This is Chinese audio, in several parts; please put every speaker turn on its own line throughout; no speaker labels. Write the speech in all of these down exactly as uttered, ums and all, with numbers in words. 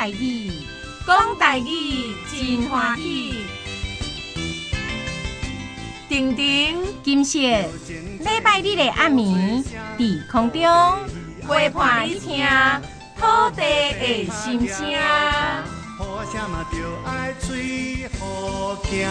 台语，讲台语真欢喜。婷婷、金色，礼拜日的暗暝，伫空中陪伴你听土地的心声。
好声嘛就爱吹好行。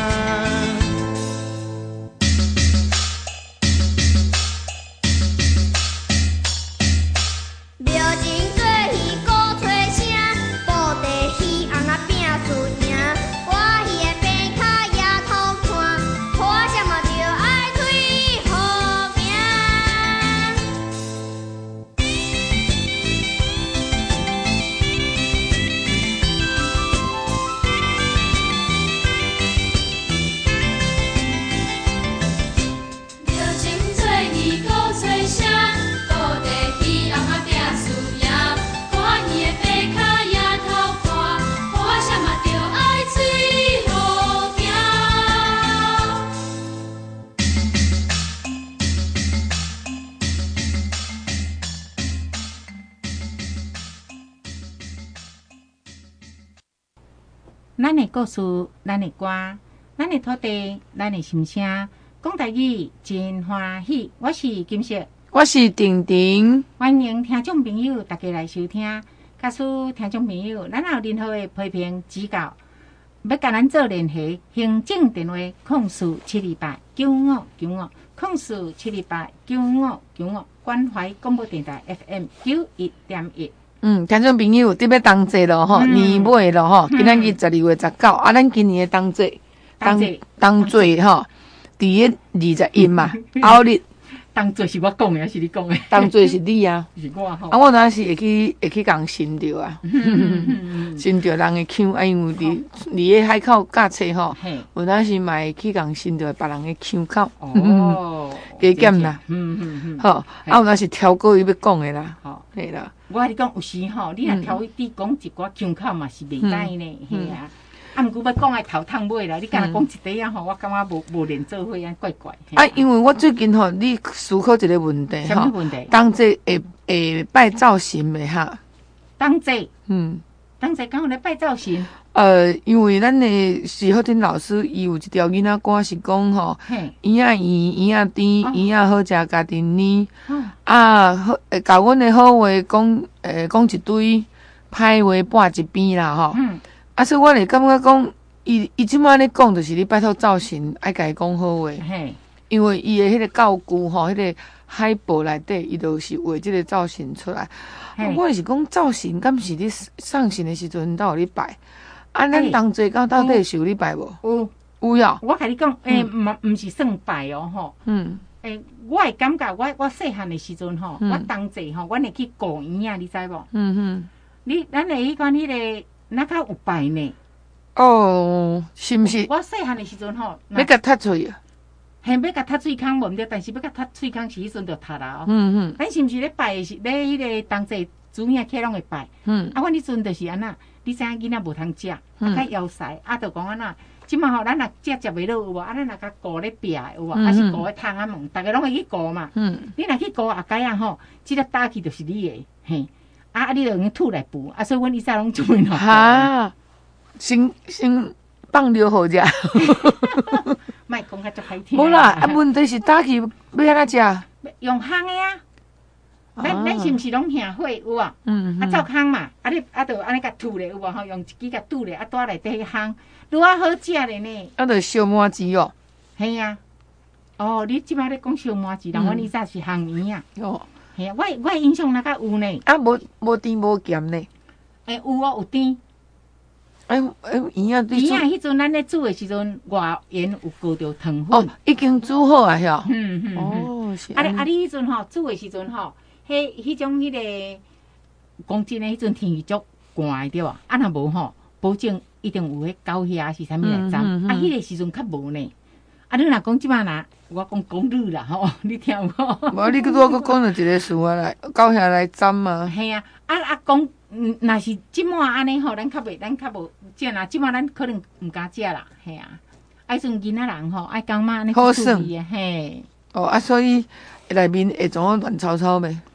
咱的故事，咱的歌，咱的土地，咱的心声，讲台语真欢喜。我是金色，
我是婷婷，
欢迎听众朋友大家来收听。假使听众朋友，咱有任何的批评指教，要甲咱做联系，行政电话零四七二八九五九五，零四七二八九五九五，关怀广播电台 F M 九一点一。
嗯，听众朋友，伫要同齐咯吼，年尾咯吼，今仔日十二月十九，啊，咱今年的同齐，同同齐吼，伫个二十一嘛，后日
同齐是我讲的，还是你讲的？
同齐是你啊，
是我吼。
啊，我若是会去会去共寻着啊，寻着人的腔，啊，因为伫伫个海口驾车吼，有当时嘛会去共寻着别人的腔口。哦，加减啦，嗯嗯嗯，好，啊，有当时挑过伊要讲的啦，吼，嘿啦。
我跟你讲，有时吼，你若挑滴讲一寡腔口嘛是袂歹呢，嘿啊。啊，毋过要讲爱头烫尾啦，你敢若讲一块啊吼，我感觉无无连做伙啊，怪怪。
啊，因为我最近吼，你思考一个问题
吼，什么问题？
当这会会拜造型袂哈？
当这，
嗯，
当这刚好咧拜造型。
呃，因为咱的徐浩天老师，伊有一条囡仔歌是讲吼，婴仔圆，婴仔甜，婴仔好食家庭呢。啊，好，诶，甲阮的好话讲，诶，讲一堆歹话摆一边啦吼。嗯。啊，所以我会感觉讲，伊伊即摆咧讲，就是你拜托造型爱甲伊讲好话。嘿。因为伊的迄个教具吼，迄个海报内底，伊就是画即个造型出来。我是讲造型，敢是你上神的时阵，都有咧拜。啊，咱同齐到到底是有咧拜无？
有
有哟。
我甲你讲，诶，毋毋是算拜哦，吼。嗯。诶，我会感觉，我我细汉的时阵吼，我同齐吼，阮会去顾院啊，你知无？嗯哼。你咱会迄款迄个，哪较有拜呢？
哦，是毋是？
我细汉的时阵吼，
要甲踢喙啊？
系要甲踢喙孔无毋对，但是要甲踢喙孔是迄阵着踢啦。嗯哼。咱是毋是咧拜？是咧迄个同齐主影客拢会拜。嗯。啊，阮迄阵就是安那。你知影囡仔无通食，啊，较枵塞，啊，着讲安那，即马吼，咱若食食袂落有无？啊，咱若甲顾咧壁有无？啊是顾咧窗仔门，逐个拢会去顾嘛。嗯。你若去顾后盖啊吼，即个打去就是你的，嘿。啊啊，你着用吐来补，啊，所以阮以前拢做咩喏？
哈，先先放尿好食。
莫讲较足歹听。
无啦，啊，问题是打去要安怎食？
用烘的啊。咱咱是毋是拢下火有啊？嗯，啊，照烘嘛，啊你啊，着安尼甲吐咧有无吼？用一支甲吐咧，啊，带内底去烘，愈啊好食咧呢。
啊，着烧麻糍哦。
系啊。哦，你即摆咧讲烧麻糍，人阮以前是烘圆啊。哦。系啊，我我印象那甲有呢。
啊，无无甜无咸呢。
诶，有哦，有甜。
诶诶，圆啊，
圆啊，迄阵咱咧煮的时阵，外沿有搁着糖粉。
哦，已经煮好啊，晓。
嗯嗯。哦，是。啊你啊你迄阵吼煮的时阵吼。迄迄种迄个，讲真诶，迄阵天气足寒诶，对吧？啊，若无吼，保证一定有迄狗血是啥物来沾。啊，迄个时阵较无呢。啊，你若讲即摆若，我讲讲你啦吼，你听有无？
无，你拄我讲了一个事啊来，狗血来沾嘛。
系啊，啊啊讲，若是即摆安尼吼，咱较袂，咱较无即啦。即摆咱可能毋敢食啦，系啊。啊，阵囡仔人吼，爱讲嘛，安尼好处理诶，嘿。
哦，啊，所以内面会怎啊乱糟糟袂？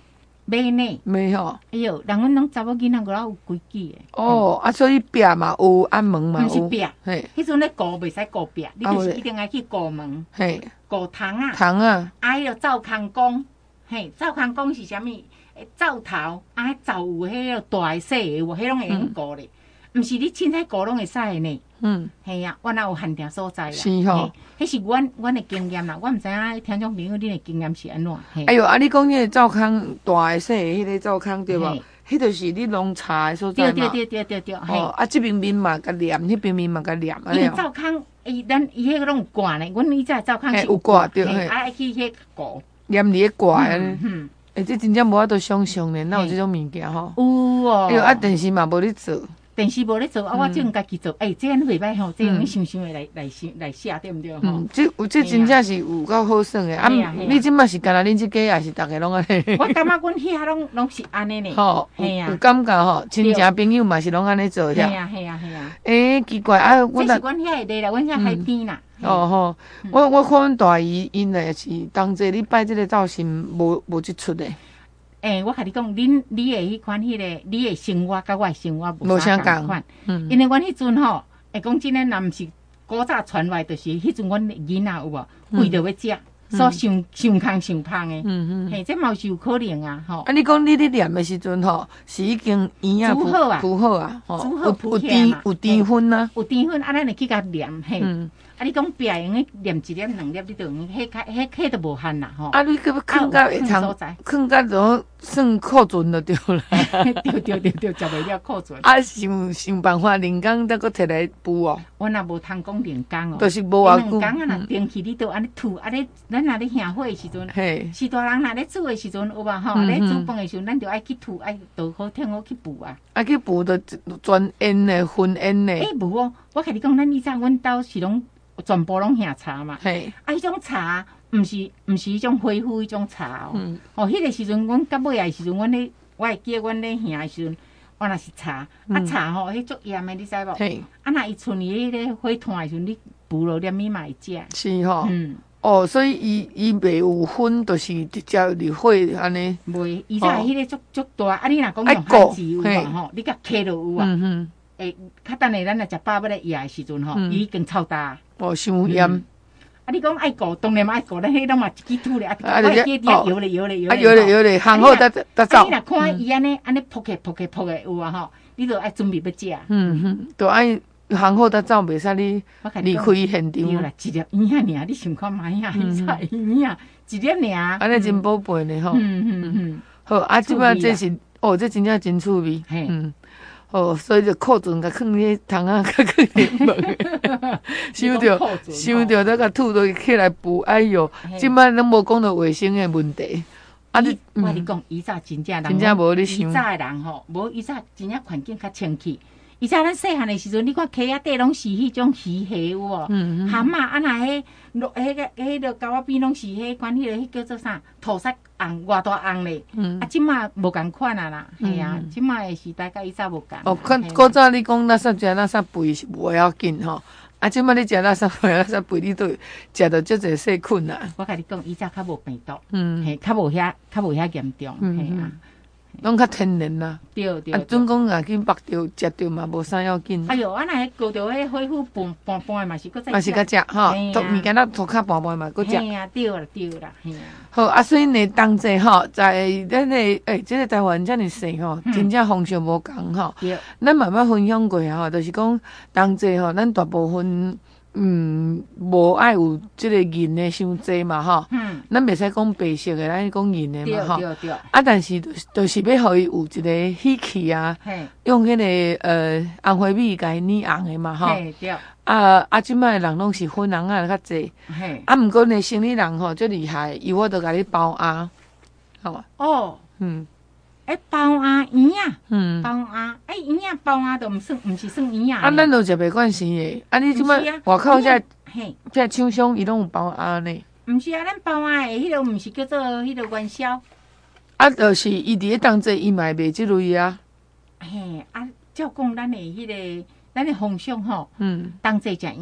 买呢？
买吼。
哎呦，人阮拢查某囡仔个有规矩诶。
哦，啊，所以壁嘛有，暗门嘛有。
毋是壁，
嘿，
迄阵咧顾袂使顾壁，你就是一定爱去顾门。
嘿，
顾窗啊。
窗啊。
啊，迄个灶空公，嘿，灶空公是啥物？灶头啊，迄灶有迄个大诶、小诶，有无？迄拢会用顾咧。毋是你凊彩顾拢会使诶呢。嗯。嘿啊，我哪有限定所在啦。
是吼。
迄是阮阮诶经验啦，我毋知影听众朋友恁诶经验是安怎。
哎哟，啊，你讲迄个灶空大诶、小诶，迄个灶空对无？迄就是你弄茶诶所在嘛。
对对对对对对。
哦，啊，这边面嘛甲黏，迄边面嘛甲黏。
因为灶空，伊咱伊迄个拢有挂呢，阮以前灶空是
有挂对。
啊，爱去迄顾。
黏伫咧挂安尼。哎，这真正无法度想象呢，哪有这种物件吼？
有哦。
哎呦，啊，电视嘛无咧做。
电视无咧做，啊，我种家己做。哎，这样袂歹吼，这样想想的来来想来写，对毋对吼？
嗯，这有这真正是有够好耍的。啊，你即马是干那恁即家，还是逐个拢安尼？
我感觉阮遐拢拢是安尼呢。
吼，有感觉吼，亲戚朋友嘛是拢安尼做
遐。系啊系啊系啊。
哎，奇怪啊，
我这是阮遐的啦，阮遐海边啦。
哦吼，我我看阮大姨因咧是当这礼拜这个造型无无即出的。
诶，我甲你讲，恁你诶迄款迄个，你诶生活甲我诶生活
无
啥共款。嗯。因为阮迄阵吼，会讲真诶，若毋是古早传来，就是迄阵阮囡仔有无，为着要食，所想想空想胖诶。嗯嗯。嘿，这嘛是有可能啊，吼。
啊，你讲你咧念诶时阵吼，是已经圆啊
煮好啊，
铺好啊，
吼，煮好铺
起嘛。有甜粉啊。
有甜粉，啊，咱会去甲念嘿。嗯。啊！你讲壁用咧念一粒两粒，你着用迄较迄迄着无限啦吼。
啊！你个要囥到会通，囥到就算库存就对啦。
对对对对，食袂了库存。
啊，想想办法，人工再搁摕来补哦。
我若无通讲人工哦，
就是无偌久。
人工啊，若电器你都安尼吐，啊咧，咱若咧享火诶时阵，是大人若咧煮诶时阵有无吼？咧煮饭诶时阵，咱着爱去吐，爱倒好听好去补啊。
啊，去补着专烟诶，荤烟诶。
诶，无哦，我甲你讲，咱以前阮兜是拢。全部拢下茶嘛，嘿，啊，迄种茶毋是毋是迄种恢复迄种茶哦，嗯、哦，迄、那个时阵，阮到尾仔时阵，阮咧，我会记得阮咧下时阵，我若是茶，嗯、啊茶吼，迄足盐的，你知无？嘿，啊，若伊剩伊迄个火炭时阵，你补落点米嘛会食。
是吼、哦，嗯，哦，所以伊伊袂有薰，就是直接入火安尼。
袂，伊才迄个足足大，啊，你若讲用番薯有嘛吼，你甲揢落有啊，嗯哼，诶，较等下咱若食饱要来夜的时阵吼，伊已经臭大。
哦，伤盐。
啊，你讲爱顾，当然嘛爱顾，咱迄拢嘛一支土咧，啊，我记底下摇咧摇咧摇咧。
啊，摇咧摇咧，烘好得得走。
你若看伊安尼安尼扑起扑起扑起有啊吼，你著爱准备要食。
嗯哼，著爱烘好得走，袂使你离开现场。
对啦，一粒圆仔尔，你想看卖啊？伊才圆仔一粒尔。
安尼真宝贝呢吼。嗯嗯嗯。好，啊，即摆这是哦，这真正真趣味。嗯。哦，所以就库存甲放咧窗仔，甲放咧门，想着想着再甲吐落起来补。哎哟，即摆拢无讲到卫生诶问题。
啊，你我跟你讲，以前真正人，
真正无咧想。
以前诶人吼，无以前真正环境较清气。以前咱细汉诶时阵，你看溪仔底拢是迄种鱼虾有无？嗯嗯。蛤蟆啊，那迄落迄个迄个沟仔边拢是迄款迄个迄叫做啥？土色红，偌大红咧。嗯。啊，即马无共款啊啦，系啊，即马诶时代甲以前无共。
哦，看古早你讲垃圾食垃圾肥是无要紧吼，啊，即马你食垃圾肥垃圾肥，你都食到足侪细菌啊。
我甲你讲，以前较无病毒，嗯，嘿，较无遐较无遐严重，嘿啊。
拢较天然啦，
对对。
啊，准讲若去目着食着嘛，无啥要紧。
哎哟，啊，若迄顾着迄恢复半半半嘛是搁再。
嘛是搁食吼，涂物件仔涂较半半嘛搁食。
嘿啊，对啦对啦，嘿啊。
好啊，所以呢，当者吼，在咱诶诶，即个台湾遮尔细吼，真正方向无共吼。对。咱慢慢分享过吼，就是讲当者吼，咱大部分。嗯，无爱有即个人诶伤济嘛吼，嗯，咱袂使讲白色诶，咱讲人诶嘛吼，对对对。啊，但是就是就是要互伊有一个喜气啊，用迄个呃红花米甲伊染红诶嘛吼，对。啊啊，即摆人拢是粉红啊较济，啊，毋过呢，生理人吼最厉害，伊我都甲你包鸭，好
哦，嗯。诶，包鸭圆仔，嗯，包鸭，诶，圆仔包鸭都毋算，毋是算圆仔。
啊，咱都食袂惯生诶，啊，你即摆外口遮，嘿，遮厂商伊拢有包鸭呢。
毋是啊，咱包鸭诶，迄个毋是叫做迄个元宵。
啊，就是伊伫咧当地伊嘛会卖即类啊。
嘿，啊，照讲咱诶迄个，咱诶风俗吼，嗯，当地食圆仔，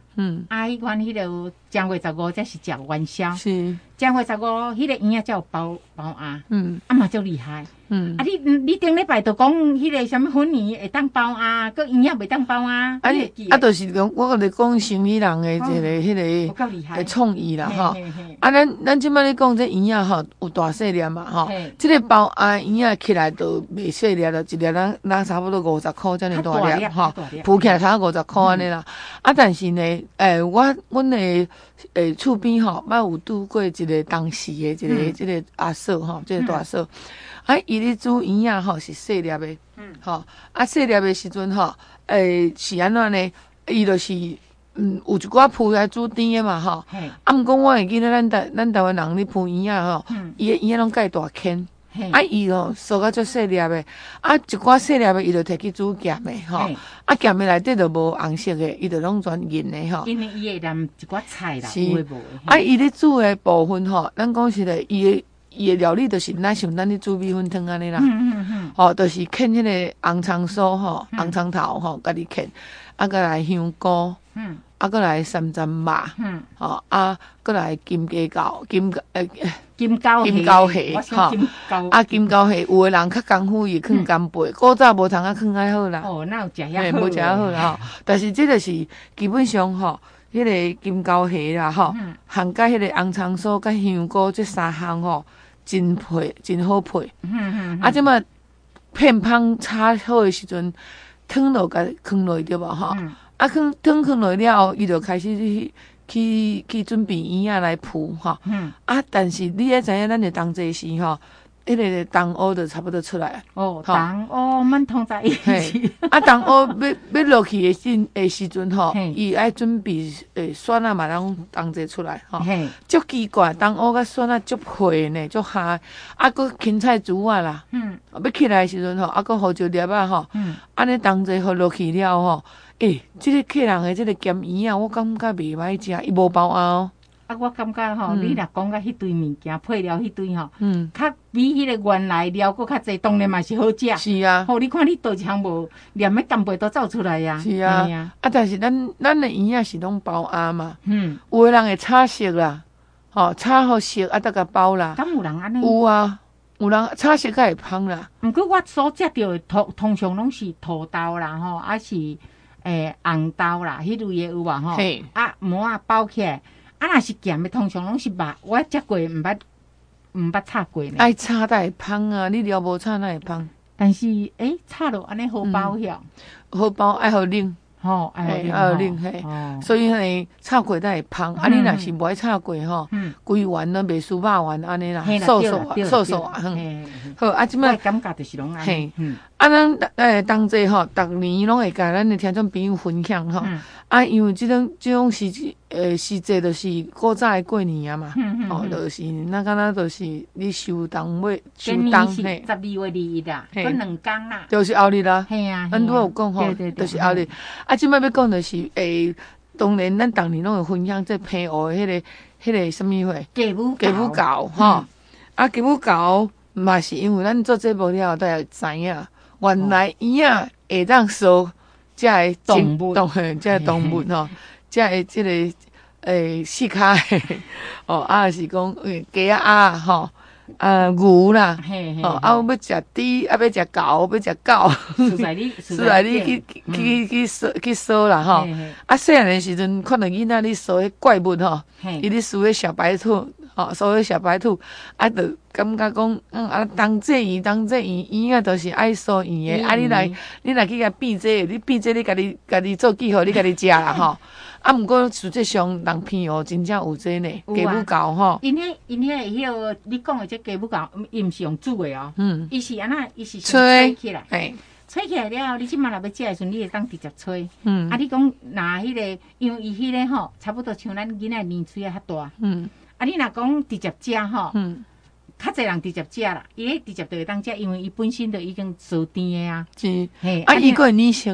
嗯，啊，迄款迄个正月十五才是食元宵，
是
正月十五迄个圆仔才有包包鸭，嗯，啊嘛足厉害。嗯，啊你你顶礼拜就讲迄个什么粉圆会当包啊，佮圆仔袂当包啊，
啊你啊，就是讲我咧讲生理人诶一个迄个
诶
创意啦吼。啊，咱咱即摆咧讲这圆仔吼有大细粒嘛吼，即个包鸭圆仔起来都袂细粒了，一粒咱咱差不多五十箍遮尔大粒吼，铺起来差五十箍安尼啦。啊，但是呢，诶，我阮诶诶厝边吼，捌有拄过一个当时诶一个即个阿嫂吼，即个大嫂。啊，伊咧煮圆仔吼是细粒的，嗯，吼，啊细粒的时阵吼，诶是安怎呢？伊就是嗯有一寡铺来煮甜的嘛吼，啊，毋过我会记得咱台咱台湾人咧铺圆仔吼，伊的圆仔拢介大坑，啊伊吼塑到足细粒的，啊一寡细粒的伊就摕去煮咸的吼，啊咸的内底就无红色的，伊就拢全银的吼。
因为伊会淋一寡菜啦，有诶无诶。
啊，伊咧煮的部分吼，咱讲实在伊的。伊的料理就是咱像咱咧煮米粉汤安尼啦，嗯嗯嗯，吼，就是啃迄个红葱酥吼，红葱头吼，家己啃，啊，搁来香菇，嗯，啊，搁来三珍肉，嗯，吼，啊，搁来金鸡膏，金诶
金膏
金膏蟹，吼，啊，金膏蟹，有诶人较功夫伊囥干贝，古早无通啊囥爱好啦，
哦，哪有食遐好？
无食好啦吼，但是这就是基本上吼。迄个金膏蟹啦吼，含甲迄个红葱酥甲香菇这三项吼，真配真好配。嗯嗯。啊，即么片芳炒好诶时阵，汤落甲放落去对无吼？啊，放汤放落了后，伊就开始去去去准备圆仔来铺吼。嗯。啊，但是你也知影，咱的当这时吼。迄个冬菇就差不多出来
哦，冬菇蛮通在一起。
啊，冬菇要要落去的时诶时阵吼，伊爱准备诶蒜啊嘛，拢同齐出来吼。足奇怪，冬菇甲蒜啊足配呢，足下啊，搁芹菜珠啊啦。嗯。要起来的时阵吼，啊，搁胡椒粒啊吼。嗯。安尼同齐互落去了吼，诶，即个客人诶，即个咸鱼啊，我感觉袂歹食，伊无包鸭哦。
啊，我感觉吼，你若讲甲迄堆物件配料迄堆吼，嗯，较比迄个原来料搁较济，当然嘛是好食。
是啊。
吼，你看你倒一项无，连迄干贝都走出来呀。
是啊。啊，但是咱咱的圆仔是拢包鸭嘛。嗯。有诶人会炒色啦，吼，炒好色啊，再甲包啦。
敢有人安尼？
有啊，有人炒色较会芳啦。
毋过我所食到的通通常拢是土豆啦，吼，啊是诶红豆啦，迄类的有无吼？嘿。啊，馍啊包起来。啊，若是咸的，通常拢是肉。我食过，毋捌，毋捌炒过呢。
爱炒才会芳啊！你料无炒哪会芳？
但是，诶，炒落安尼好包遐。
好包爱好冷，
吼，爱
好冷嘿。所以呢，炒过才会芳。啊，你若是无爱炒过吼，规丸都袂输肉丸安尼啦，瘦瘦啊，瘦瘦啊，哼。好，啊，即摆
感觉就是拢安尼。
啊，咱诶，同齐吼，逐年拢会甲咱的听众朋友分享吼。啊，因为即种即种时诶时节，就是古早诶过年啊嘛，吼，就是那敢若就是你收冬尾收冬
嘿，十二月二一啦，搁两工啦，
就是后日啦。
嘿啊，
咱拄有讲吼，就是后日。啊，即摆要讲就是诶，当然咱逐年拢会分享这平湖诶迄个迄个什么货，
鸡母
鸡母糕吼。啊，鸡母糕嘛是因为咱做节目了后，才会知影，原来圆仔会当烧。这个动物，动嘿，这个动物吼，这个这个诶，四脚诶，哦，啊是讲诶，鸡仔啊，吼，啊牛啦，哦，啊要食猪，啊要食狗，要食狗，
是在你，
是在你去去去烧去烧啦，吼，啊细汉诶时阵，看到囡仔咧烧迄怪物吼，伊咧烧迄小白兔。哦，所以小白兔啊，就感觉讲，嗯啊，当这圆，当这圆，圆啊，都是爱烧圆的。啊，你来，你来去甲变这个，你变这你家己家己做记号，你家己食啦吼。啊，毋过实际上人偏哦，真正有这呢，鸡母糕吼。
因迄因迄迄个你讲的这鸡母糕，伊毋是用煮的哦。嗯。伊是安那，伊是
吹
起来。嘿。吹起来了，你即马若要食的时阵，你会当直接吹。嗯。啊，你讲拿迄个，因为伊迄个吼，差不多像咱囡仔面喙啊较大。嗯。啊，你若讲直接食吼，嗯，较侪人直接食啦，伊迄直接就会当食，因为伊本身就已经烧甜的啊。
是，嘿，啊，伊个会黏色啦。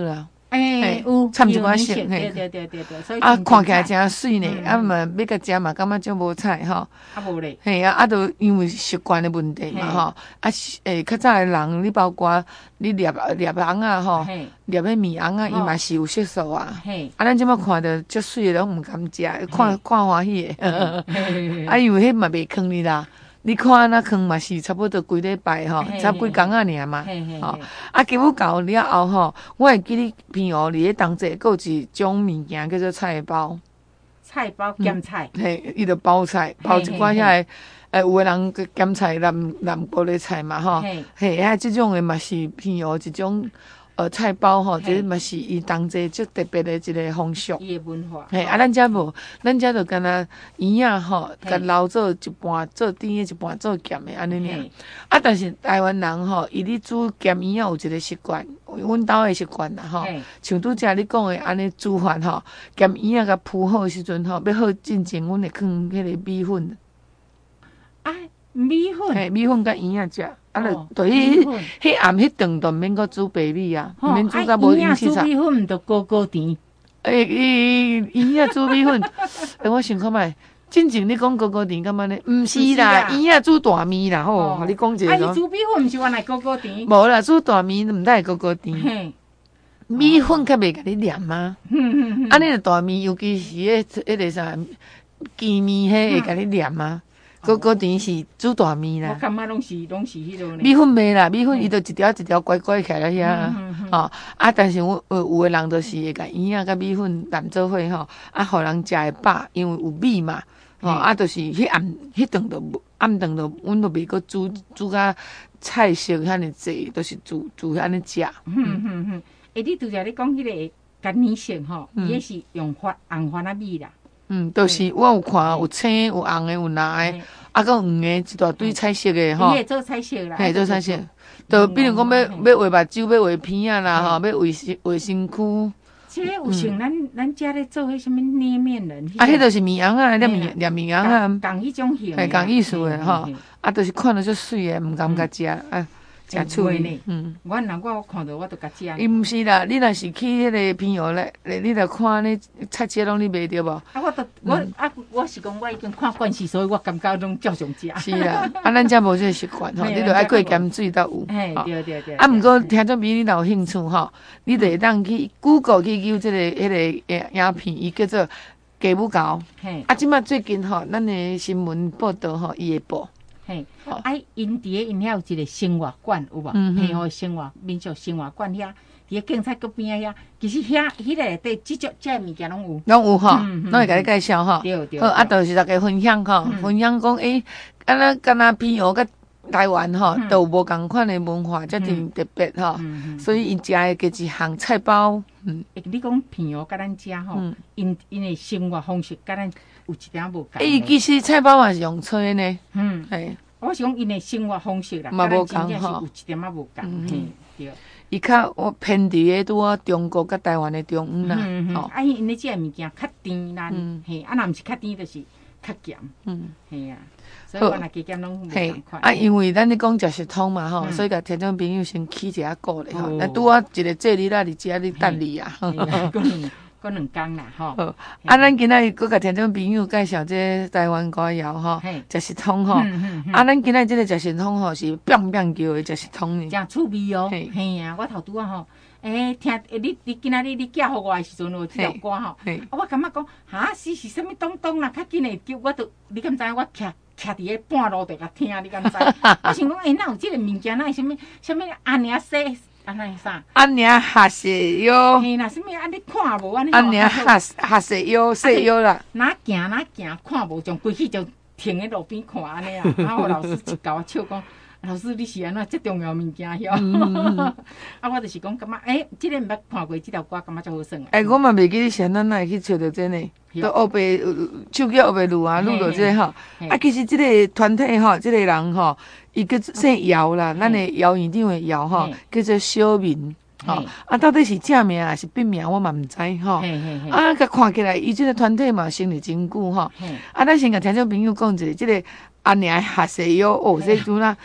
哎，有
掺一寡色，
对对对对对，所以
啊，看起来真水呢，啊嘛要甲食嘛，感觉就无菜吼。
啊无咧。
嘿啊，啊，都因为习惯的问题嘛吼。啊，诶，较早的人，你包括你摄摄红啊吼，摄迄面红啊，伊嘛是有色素啊。啊，咱即摆看着足水的，拢毋敢食，看看欢喜的。啊，因为迄嘛袂囥你啦。你看那坑嘛是差不多几礼拜吼，才几工仔尔嘛，吼。啊，基本到了后吼，我会记你平湖里迄同齐，佫有一种物件叫做菜包。
菜包咸菜。
嘿，伊著包菜，包一寡遐个，诶，有个人咸菜南南国的菜嘛吼，嘿，啊，即种的嘛是平湖一种。呃，菜包吼，这嘛是伊同齐足特别的一个风俗。
伊的文化。
嘿，啊，咱遮无，咱遮就干那圆仔吼，甲捞做一半做甜的，一半做咸的安尼尔。啊，但是台湾人吼，伊咧煮咸圆仔有一个习惯，阮兜的习惯啦吼。像拄则你讲的安尼煮法吼，咸圆仔甲铺好的时阵吼，要好进前，阮会放迄个米粉。
啊，米粉。
嘿，米粉甲圆仔食。啊，就就迄迄暗迄顿顿免阁煮白米啊，免煮甲无营养。
煮米粉毋着高高甜。
诶，伊伊仔煮米粉，诶，我想看觅，真正你讲高高甜干嘛呢？毋是啦，伊仔煮大米啦，吼，你讲一个。
啊，伊煮米粉毋是原来高高甜。
无啦，煮大米毋得高高甜。米粉较袂甲你黏吗？啊，你个大米，尤其是迄迄个啥鸡米，迄会甲你黏吗？高高甜是煮大米啦，
我感觉拢是拢是迄种。
米粉袂啦，米粉伊就一条一条乖乖起来遐，吼啊！但是我有有个人就是会甲圆仔甲米粉拌做伙吼，啊，互人食会饱，因为有米嘛，吼啊，就是迄暗迄顿就暗顿就阮都袂阁煮煮甲菜色遐尼济，都是煮煮安尼食。
嗯嗯嗯，诶，你拄则你讲迄个干年色吼，伊也是用发红番仔米啦。
嗯，都是我有看有青有红的有蓝的，啊，佮黄的一大堆彩色的吼。
伊会做彩色啦。
嘿，做彩色，就比如讲要要画目睭，要画鼻啊啦吼，要画身画身躯。
这有像咱咱遮咧做迄什么捏面人。
啊，迄就是面红啊，捏面捏面红啊。
共迄种型。
嘿，共意思的吼，啊，就是看着足水的，毋敢甲食啊。真趣味，嗯，
我若我看到我都甲食。
伊毋是啦，你若是去迄个平湖咧，你著看你菜市拢你卖着无？
啊，我都我啊，我是讲我已经看惯势，所以我感觉拢照常食。
是啦，啊，咱遮无这个习惯吼，你著爱过咸水才有。
嘿，对对对。
啊，毋过听众朋友你若有兴趣吼，你著会当去 Google 去搜即个迄个影片，伊叫做鸡母膏。嘿，啊，即摆最近吼，咱的新闻报道吼，伊会报。
嘿，啊，因伫个因遐有一个生活馆有无？平湖生活民俗生活馆遐，伫个警察局边啊遐，其实遐迄个内底即种即物件拢有，
拢有吼，拢会甲你介绍吼。
对对。
好，啊，就是大家分享吼，分享讲诶，敢若敢若平湖甲台湾吼，都有无共款的文化，遮挺特别吼。所以因食的加一项菜包。嗯，
你讲平湖甲咱遮吼，因因的生活方式甲咱有一点无共。
诶，其实菜包嘛是用吹呢。
嗯，
系。
我是讲因的生活方式啦，
嘛无共
吼，有一点仔无共。嗯，对。
伊较我偏伫个拄啊中国甲台湾的中央啦。
嗯嗯。啊，因因的食物件较甜啦，嘿，啊，若毋是较甜，就是较咸。嗯，嘿啊。所以我若加减拢无共款。
啊，因为咱咧讲食食通嘛吼，所以甲听众朋友先起一下鼓咧吼。那拄啊一个节日啦，伫遮咧等你啊。
过两工啦吼。
啊，咱今仔日搁甲听众朋友介绍这台湾歌谣吼，食食通吼。啊，咱今仔日这个食食通吼是变变叫的食食通呢。
真趣味哦。嘿啊，我头拄啊吼，诶，听你你今仔日你寄互我的时阵有即条歌吼，啊，我感觉讲，哈是是啥物东东啦，较紧的叫我都，你敢知我徛徛伫个半路地甲听，你敢知？我想讲，诶，哪有即个物件？哪是啥物啥物安尼啊说？安尼啥？
安尼啊哈西哟。
嘿啦，啥物安尼看无安尼？
安尼啊哈哈西哟西哟啦。
哪行哪行看无，从规气就停喺路边看安尼啊。啊，我老师一甲我笑讲，老师你是安怎这重要物件哟？啊，我就是讲感觉，诶，即个毋捌看过即条歌，感觉足好耍。
诶，我嘛袂记你是安怎会去找到这呢？都学白手机学白录啊，录到这吼。啊，其实即个团体吼，即个人吼。伊叫姓姚啦，咱的姚院长的姚吼，叫做小明吼。啊，到底是正名还是笔名，我嘛毋知吼。啊，甲看起来，伊即个团体嘛成立真久吼。啊，咱先甲听众朋友讲一下，即个安尼学习哟，哦，这阵啦，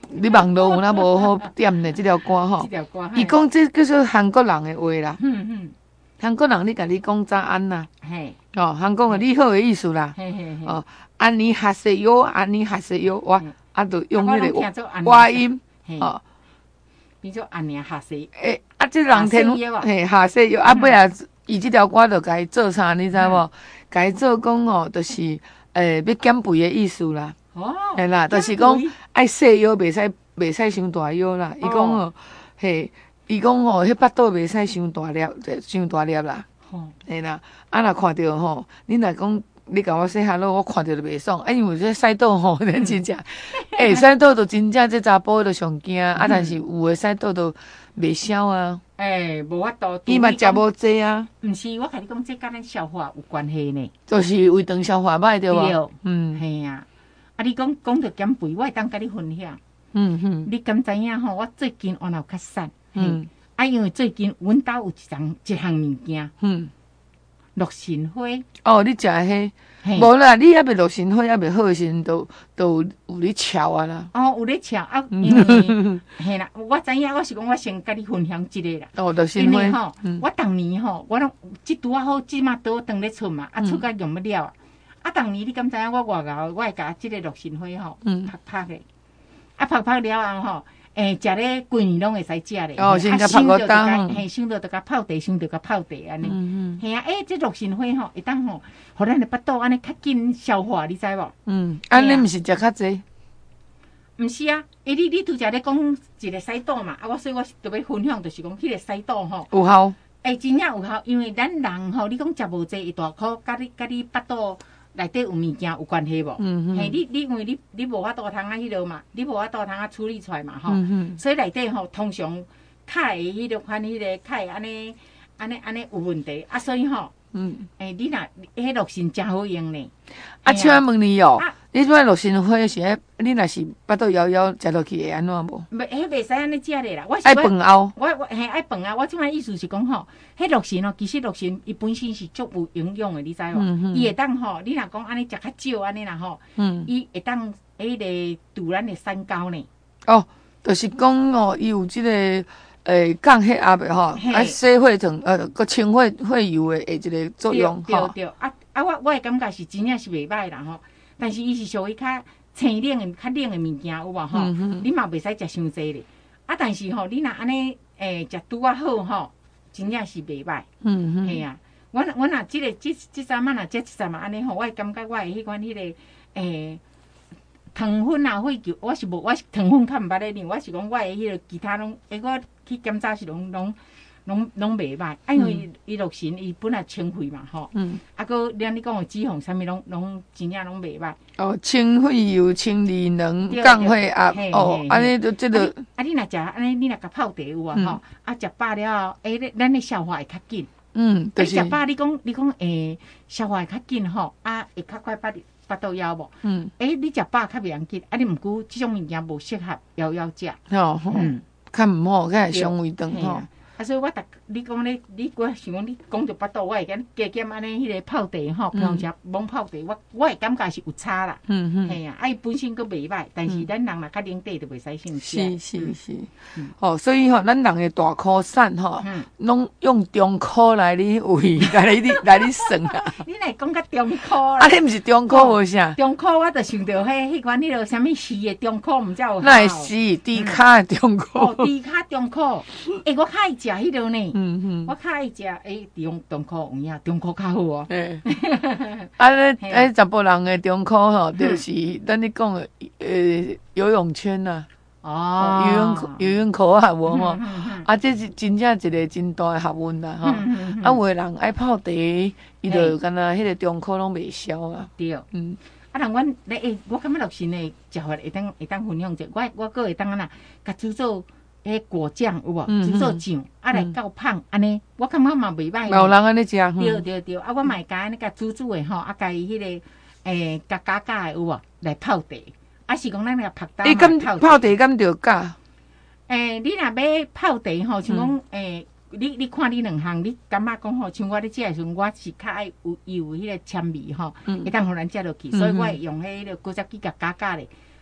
你网络有哪无好点呢？这条歌吼，伊讲这叫做韩国人的话啦。嗯嗯，韩国人你甲你讲早安啦，嘿，哦，韩国的你好的意思啦。嘿嘿嘿，哦，安妮哈西哟，安妮哈西哟，哇，啊，就用迄个外音，哦，
变做安妮哈西。
诶，啊，这人天嘿哈西哟，啊，尾啊，伊这条歌就甲伊做啥，你知无？甲伊做讲哦，就是诶要减肥的意思啦。哦，系啦，就是讲爱细腰，袂使袂使伤大腰啦。伊讲哦，嘿，伊讲哦，迄腹肚袂使伤大粒，伤大粒啦。哦，系啦，啊，若看到吼，你若讲你甲我说哈喽，我看到就袂爽。啊，因为这屎肚吼，真正，诶，屎肚就真正这查甫就上惊，啊，但是有诶屎肚就袂消啊。
诶，无法度。
伊嘛食无济啊。
毋是，我甲你讲，这甲咱消化有关系呢。
就是胃肠消化歹对无？
嗯，系啊。啊！你讲讲到减肥，我会当甲你分享。嗯哼，你敢知影吼？我最近我脑较瘦。嗯。啊，因为最近阮兜有一项一项物件。嗯。鹿神花。哦，
你食迄？无啦，你还未鹿神花还未好诶时阵，都都有咧炒啊啦。
哦，有咧炒啊，因为嘿啦，我知影，我是讲我先甲你分享一个啦。
哦，鹿神花。
因为吼，我逐年吼，我拢即拄啊好，即马倒当咧出嘛，啊出甲用不了啊。啊，当年你敢知影我外头，我会甲即个鹿神花吼，拍拍的，啊拍拍了后吼，诶，食咧规年拢会使食咧。
哦，先甲拍个当，
嘿，想到就甲泡茶，想到甲泡茶安尼。嗯嗯。嘿啊，诶，即鹿神花吼，会当吼，互咱的腹肚安尼较紧消化，你知无？
嗯，安尼毋是食较济？
毋是啊，诶，你你拄则咧讲一个屎肚嘛，啊，我所以我特别分享，就是讲迄个屎肚吼。
有效。
诶，真正有效，因为咱人吼，你讲食无济一大箍，甲你甲你腹肚。内底有物件有关系无？嗯嗯。嘿，你你因为你你无法度通啊迄落嘛，你无法度通啊处理出来嘛吼。嗯嗯。所以内底吼通常较会迄落款迄个较会安尼安尼安尼有问题啊，所以吼。嗯。诶，你若迄鹿神真好用呢。
啊，请问你哦，你即摆鹿神花是迄，你若是腹肚枵枵食落去会安怎无？
袂，迄袂使安尼食咧啦。我
爱饭后。
我我嘿爱饭啊！我即摆意思是讲吼，迄鹿神哦，其实鹿神伊本身是足有营养的，你知无？伊会当吼，你若讲安尼食较少安尼啦吼，伊会当迄个堵咱的三高呢。
哦，就是讲哦，伊有即个诶降血压的吼，啊洗血糖呃个清血血油的诶一个作用
吼。对对啊。啊，我我的感觉是真正是袂歹啦吼，但是伊是属于较清冷的、较冷的物件有无吼？嗯、你嘛袂使食伤济咧。啊，但是吼，你若安尼诶食拄啊好吼，真正是袂歹。嗯嗯。系啊，我我若即、这个即即阵仔若即一阵嘛安尼吼，我会感觉我的迄款迄个诶糖分啊、血球，我是无，我是糖分较毋捌咧哩，我是讲我的迄个其他拢，诶，我去检查是拢拢。拢拢袂歹，啊，因为伊鹿神伊本来清血嘛吼，嗯，啊，搁连你讲的脂肪啥物拢拢真正拢袂歹。
哦，清血油、清利能、降血压，哦，安尼就即个。
啊，你若食安尼，你若甲泡茶有啊吼，啊，食饱了后，诶，咱的消化会较紧。嗯，就是。食饱，你讲你讲诶，消化会较紧吼，啊，会较快把腹肚枵无？嗯。诶，你食饱较袂要紧，啊，你毋过即种物件无适合枵枵食。
哦，嗯，较毋好，较会伤胃肠吼。
啊，所以我逐你讲咧，你我想讲你讲着腹肚，我会甲加减安尼迄个泡茶吼，比方食罔泡茶，我我会感觉是有差啦。嗯嗯。嘿啊，啊伊本身佫袂歹，但是咱人若较冷底就袂使先食。
是是是。哦，所以吼，咱人的大颗瘦吼，拢用中颗来咧喂，来你来你算啊。
你若讲较中颗啦。
啊，你毋是中颗无啥？
中颗我着想着迄迄款迄落啥物鱼的中颗，毋知有。
那是低卡的中颗。
哦，低卡中颗，诶，我较爱食迄落呢。嗯嗯。我较爱食诶，中中颗有影，中颗较好哦。诶。
啊，咧诶，查甫人的中颗吼，就是咱咧讲的诶游泳圈呐。哦。游泳游泳课学无吼，啊，这是真正一个真大的学问啦吼。啊，有的人爱泡茶，伊就敢若迄个中颗拢袂消啊。
对。嗯。啊，人阮咧诶，我感觉鹿神的食法会当会当分享者，我我佫会当安那甲煮做。迄果酱有无？煮做酱，啊来较芳安尼，我感觉嘛袂歹。
有人安尼食。
对对对，啊我嘛会甲安尼甲煮煮的吼，啊甲伊迄个诶加加加的有无？来泡茶，啊是讲咱个拍打。
伊敢泡茶敢着加？
诶，你若要泡茶吼，像讲诶，你你看你两项，你感觉讲吼，像我咧食的时阵，我是较爱有有迄个纤味吼，会当互咱食落去，所以我会用迄个果汁机甲加加咧。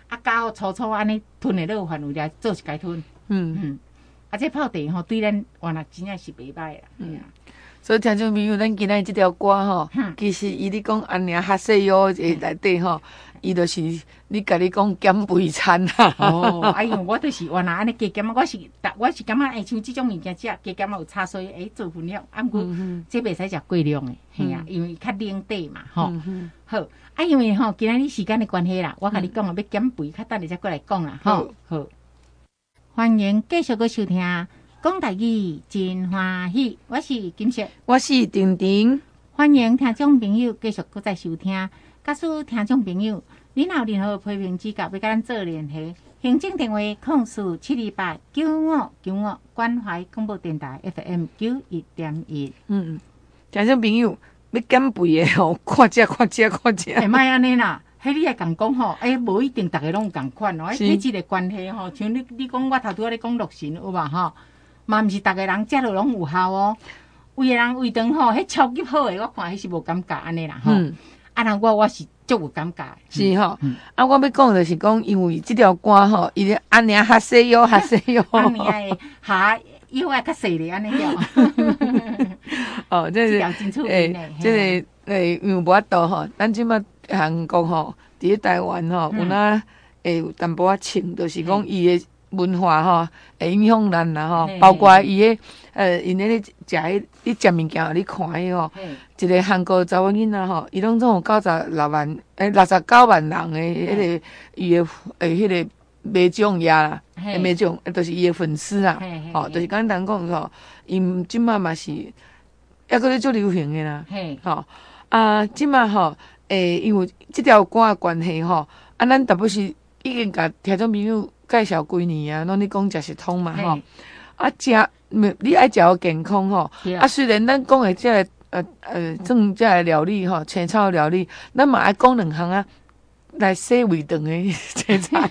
啊胶粗粗安尼吞的落范围内做一解吞。嗯嗯，啊这泡茶吼对咱原来真正是袂歹啦。嗯。
所以听众朋友，咱今仔这条歌吼，其实伊咧讲安尼哈西药诶内底吼，伊就是你甲你讲减肥餐啦。
哦，哎呦，我就是原来安尼加减啊，我是我是感觉诶，像即种物件食加减啊有差，所以诶做分量，啊毋过这袂使食过量诶，嘿啊，因为较冷底嘛，吼。好，啊因为吼今仔日时间诶关系啦，我甲你讲啊，要减肥，较等下再过来讲啦，吼。好，欢迎继续个收听。讲台语真欢喜，我是金雪，
我是婷婷，
欢迎听众朋友继续搁再收听。假使听众朋友，你有任何批评指教，要甲咱做联系，行政电话零四七二八九五九五，关怀广播电台 F M 九一点一。嗯，
听众朋友要减肥的吼，看这看这看这。
哎，莫安尼啦。迄你也共讲吼，哎，无一定逐个拢有共款哦。哎，体质的关系吼，像你你讲我头拄仔咧讲乐神有无吼？嘛毋是逐个人食落拢有效哦，有个人胃肠吼，迄超级好诶，我看迄是无感觉安尼啦吼。嗯。啊，人我我是足有感觉。
是吼。嗯。啊，我要讲就是讲，因为即条歌吼，伊咧安尼哈西哟哈西哟。
安尼诶，哈以后较细咧安尼了。
哦，这是诶，这个诶，因为无法度吼，咱即摆韩国吼，伫咧台湾吼，有哪会有淡薄仔清，就是讲伊诶。文化吼会影响咱啦吼，包括伊个呃，因咧食迄，你食物件，你看迄吼，一个韩国查某囡仔吼，伊拢总有九十六万，诶，六十九万人诶，迄个伊个诶，迄个迷种呀啦，迷种，就是伊个粉丝啦，吼，就是简单讲吼，因即马嘛是，抑搁咧足流行诶啦，吼，啊，即马吼，诶，因为即条歌诶关系吼，啊，咱特别是已经甲听众朋友。介绍几年啊，拢咧讲食食通嘛吼，啊食，你爱食个健康吼，啊虽然咱讲的即个呃呃，种即个料理吼，青草料理，咱嘛爱讲两项啊，来洗胃肠的青菜，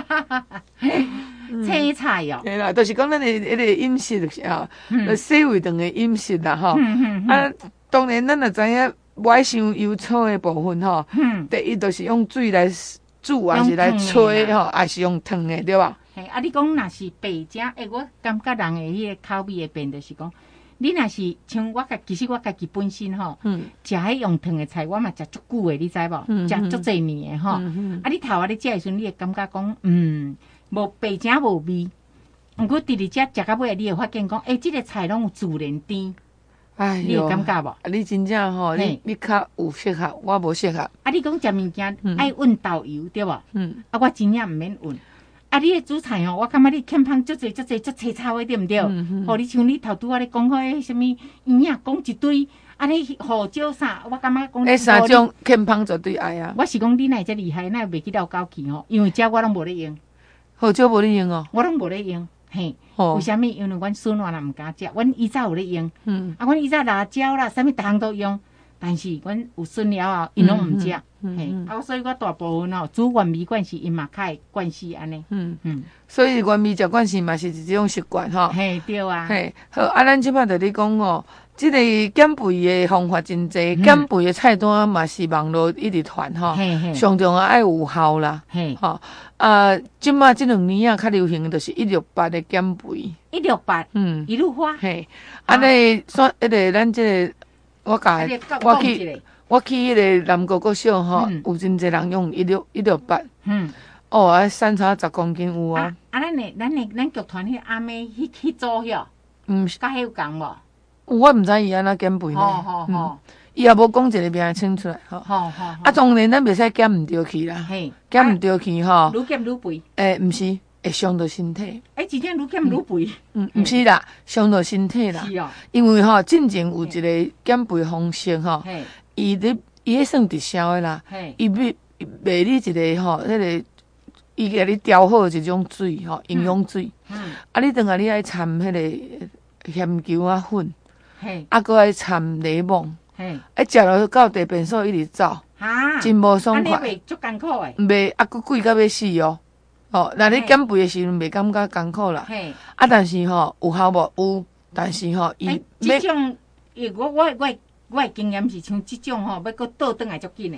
青菜哦，
对啦，就是讲咱的迄个饮食啊，洗胃肠的饮食啦吼，啊当然咱也知影，不爱伤油炒的部分吼，第一就是用水来。煮还是来吹吼，还是用烫的，对吧？
嘿，啊，你讲若是白食，诶，我感觉人的迄个口味会变，就是讲，你若是像我家，其实我家己本身吼，嗯，食迄用烫的菜，我嘛食足久的，你知无？嗯，食足侪年的吼，嗯啊，你头啊，你食的时阵，你会感觉讲，嗯，无白食无味。毋过第二只食到尾，你会发现讲，诶，即个菜拢有自然甜。哎呦，你有感觉无？
你真正吼，你你较有适合，我无适合。
啊，你讲食物件爱温豆油对无？嗯。啊，我真正毋免温。啊，你诶煮菜吼，我感觉你欠芳足侪足侪足青草诶，对毋对？嗯嗯。吼，你像你头拄仔咧讲迄个什物营养，讲一堆，啊，你胡椒啥，我感觉讲。
迄三种欠芳绝对爱啊。
我是讲你哪会遮厉害，哪会袂记了搞去吼？因为遮我拢无咧用。
胡椒无咧用哦。
我拢无咧用。嘿，为虾米？因为阮孙我也毋敢食，阮以前有咧用，嗯，啊，阮以前辣椒啦，啥物逐项都用，但是阮有孙了后，因拢毋食，嘿，啊，所以我大部分吼煮原味惯是因嘛较会惯势安尼，嗯嗯，
所以原味食惯势嘛是一种习惯吼，
嘿，对啊，
嘿，好，啊，咱即摆着咧讲吼。即个减肥的方法真侪，减肥的菜单嘛是网络一直传吼，上重要爱有效啦，吼啊！即马即两年啊，较流行的就是一六八的减肥，
一六八，嗯，一路花，
嘿，安尼说，迄个咱即个我甲我去我去迄个南国国小吼，有真侪人用一六一六八，嗯，哦，啊，三差十公斤有啊，
啊，咱诶咱诶咱剧团迄阿妹迄迄组遐，嗯，甲迄有共无？
我毋知伊安怎减肥呢，嗯，伊也无讲一个名称出来，吼，啊，当然咱袂使减毋着去啦，减毋着去吼，
愈减愈肥，
诶，毋是，会伤到身体，
诶，真正愈减愈肥，
嗯，毋是啦，伤到身体啦，是哦，因为吼，进前有一个减肥方式吼，伊咧伊迄算直销的啦，伊卖卖你一个吼，迄个伊甲你调好一种水吼，营养水，嗯，啊，你当下你爱掺迄个咸球啊粉。啊，搁爱掺柠檬，啊，食落到地便所一直走，真无爽快。
安尼袂足艰苦诶。
袂，啊，搁贵到要死哦。哦，那你减肥诶时阵，袂感觉艰苦啦。啊，但是吼有效无？有，但是吼伊。
即种，我我我我诶经验是像即种吼，要搁倒转来足紧诶。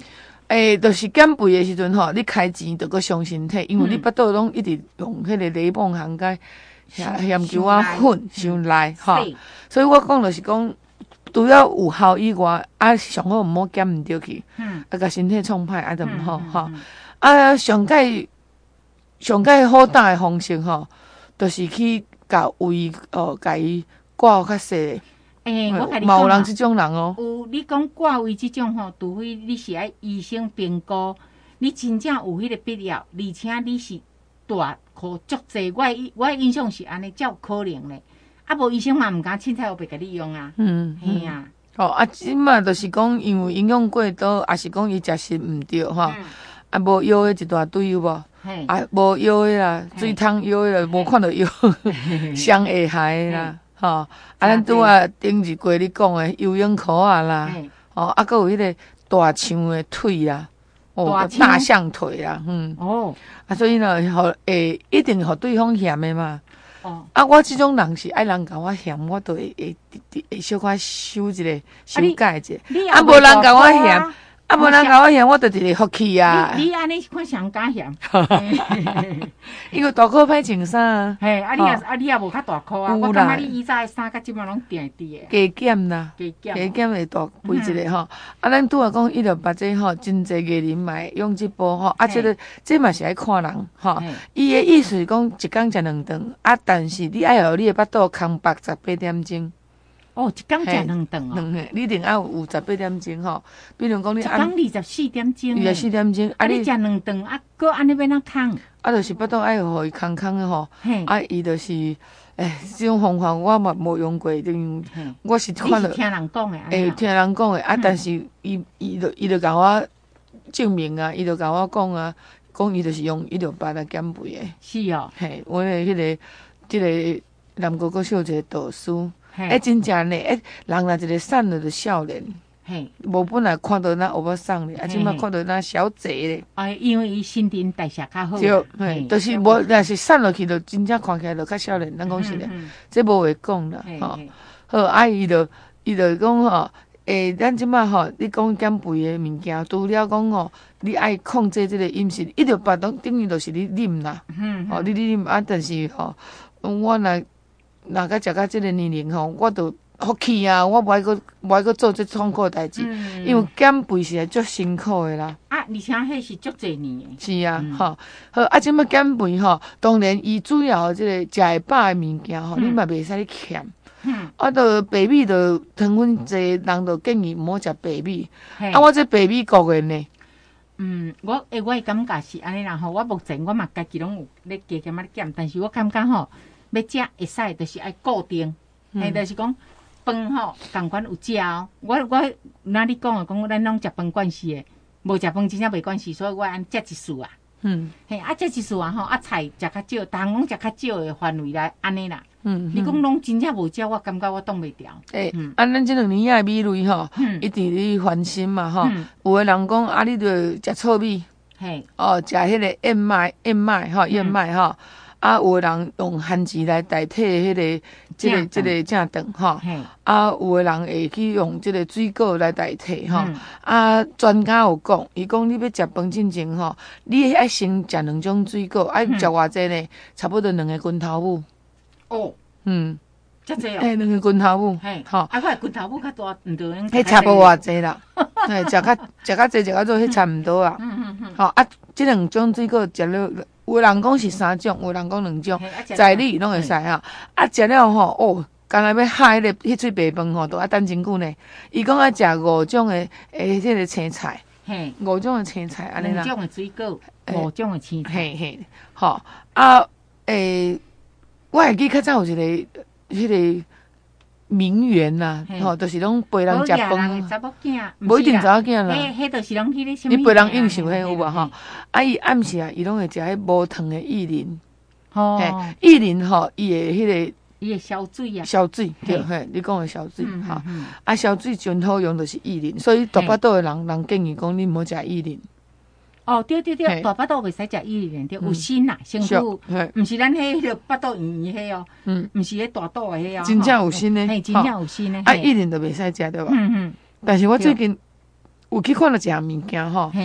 诶，就是减肥的时阵吼，你开钱着搁伤身体，因为你腹肚拢一直用迄个柠檬含钙、咸球啊粉伤赖吼，所以我讲就是讲，除了有效以外，啊上好毋好减毋着去，啊甲身体创歹啊就毋好吼。啊上解上解好打的方式吼，就是去甲胃哦，甲伊挂较细。
诶、欸，我甲你
讲，有人即种人哦。
有你讲挂胃即种吼，除非你是爱医生评估，你真正有迄个必要，而且你是大可足济。我我印象是安尼，才有可能咧。啊，无医生嘛毋敢凊彩有白甲你用啊。嗯，嘿啊。
哦，啊，即马就是讲，因为营养过多，也是讲伊食食毋对吼，嗯、啊，无药的一大堆有无？啊，无药的啦，水桶药的啦，无看到药，伤下害啦。吼、哦，啊，咱拄啊顶一过你讲的游泳裤啊啦，哦，啊，搁有迄个大象的腿啦，哦，大象腿啦，嗯，哦，啊，所以呢，互诶，一定互对方嫌的嘛，哦，啊，我即种人是爱人甲我嫌，我都会会会小可收一个修改者，啊，无人甲我嫌。啊，无人甲我嫌，我着一个福气啊！
你安尼是看谁敢嫌？
因为大裤歹穿衫。
嘿，啊你也啊你也无较大裤啊！我感觉你以前的衫甲即摆拢定定
的。加减啦，
加减，
加减会大肥一个吼。啊，咱拄啊讲，伊着把这吼真侪艺人买用即部吼，啊，即个这嘛是爱看人吼。伊的意思是讲一工食两顿，啊，但是你爱互你的腹肚空白十八点钟。
哦，一工食两顿哦，
两个，你一定要有十八点钟吼。比如讲你
一工二十四点钟，
二十四点钟，
啊，你食两顿，啊，搁安尼要哪空？
啊，就是腹肚爱互伊空空的吼。啊，伊就是，诶，这种方法我嘛无用过，因为我是看了。
听人讲的。
诶，听人讲的，啊，但是伊伊就伊就甲我证明啊，伊就甲我讲啊，讲伊就是用一六八来减肥的。
是哦。
嘿，我的迄个，即个南国国小一个导师。哎，真正呢，哎，人若一个瘦了的少年，嘿，无本来看到那乌巴瘦咧，啊，即摆看到那小贼咧。
哎，因为伊新陈代谢较好。
对，嘿，就是无，若是瘦落去，就真正看起来就较少年。咱讲是咧，这无话讲啦，吼。好，啊，伊就伊就讲吼，诶，咱即摆吼，你讲减肥的物件，除了讲吼，你爱控制这个饮食，一六八等等于就是你啉啦，哦，你你啉啊，但是吼，我若若甲食到即个年龄吼，我都福气啊！我无爱阁无爱阁做即痛苦的代志，嗯、因为减肥是足辛苦的啦。
啊，而且迄是足侪年的。
是啊，吼、嗯，好啊！即摆减肥吼，当然伊主要即个食会饱的物件吼，嗯、你嘛袂使咧欠。嗯。啊，着白米着糖分侪，人着建议毋好食白米。啊，我这白米国的呢。
嗯，我诶，我诶感觉是安尼啦吼。我目前我嘛家己拢有咧加减啊咧减，但是我感觉吼。要食会使，就是爱固定，嘿、嗯，就是讲饭吼，共款有食哦。我我哪你讲啊？讲咱拢食饭惯势的，无食饭真正袂惯势，所以我按食一次啊。嗯，嘿，啊食一次啊吼，啊菜食较少，逐项拢食较少的范围来安尼啦。嗯，你讲拢真正无食，我感觉我挡袂牢。诶、欸，嗯，
啊，咱即两年仔米类吼，嗯、一直咧翻新嘛吼。嗯、有诶人讲啊，你着食糙米，嘿，哦，食迄个燕麦，燕麦吼，燕麦吼。啊，有诶人用番薯来代替迄、那个、即、这个、即个正饭吼。啊，有诶人会去用即个水果来代替吼。嗯、啊，专家有讲，伊讲你要食饭之前吼，你爱先食两种水果，爱食偌济呢？差不多两个拳头母。哦，嗯，
遮济哦。
诶，两个拳头母。
嘿，吼。啊，我拳头母较大，毋着用。
迄差无偌济啦。嘿，食较食较济，食较多，迄差毋多啊。嗯嗯嗯。吼啊，即两种水果食了。有人讲是三种，有人讲两种，在你拢会使哈。啊，食了吼，哦，刚才要下迄个迄喙白饭吼，都要等真久呢。伊讲要食五种的诶，迄个青菜，五种的青菜安尼啦。
五种的水果，五种的青菜。
嘿嘿，吼啊，诶，我会记较早有一个迄个名媛呐，吼，就是拢陪人食饭，无一定查某囝啦。
迄迄就是拢去咧什么？
你陪人应酬迄有无吼？啊，伊暗时啊，伊拢会食迄无糖的薏仁。哦，薏仁吼，伊的迄个
伊的消水啊，
消水对，嘿，你讲的消水哈。啊，消水真好用就是薏仁，所以大腹肚的人，人建议讲你毋好食薏仁。
哦，对对对，大腹肚袂使食薏仁，对，有锌啦，身躯，毋是咱迄个腹肚圆圆迄哦，嗯，毋是迄大肚的迄哦，
真正有锌呢，
嘿，真正有锌呢。
啊，薏仁就袂使食对吧？嗯嗯。但是我最近有去看到一项物件吼，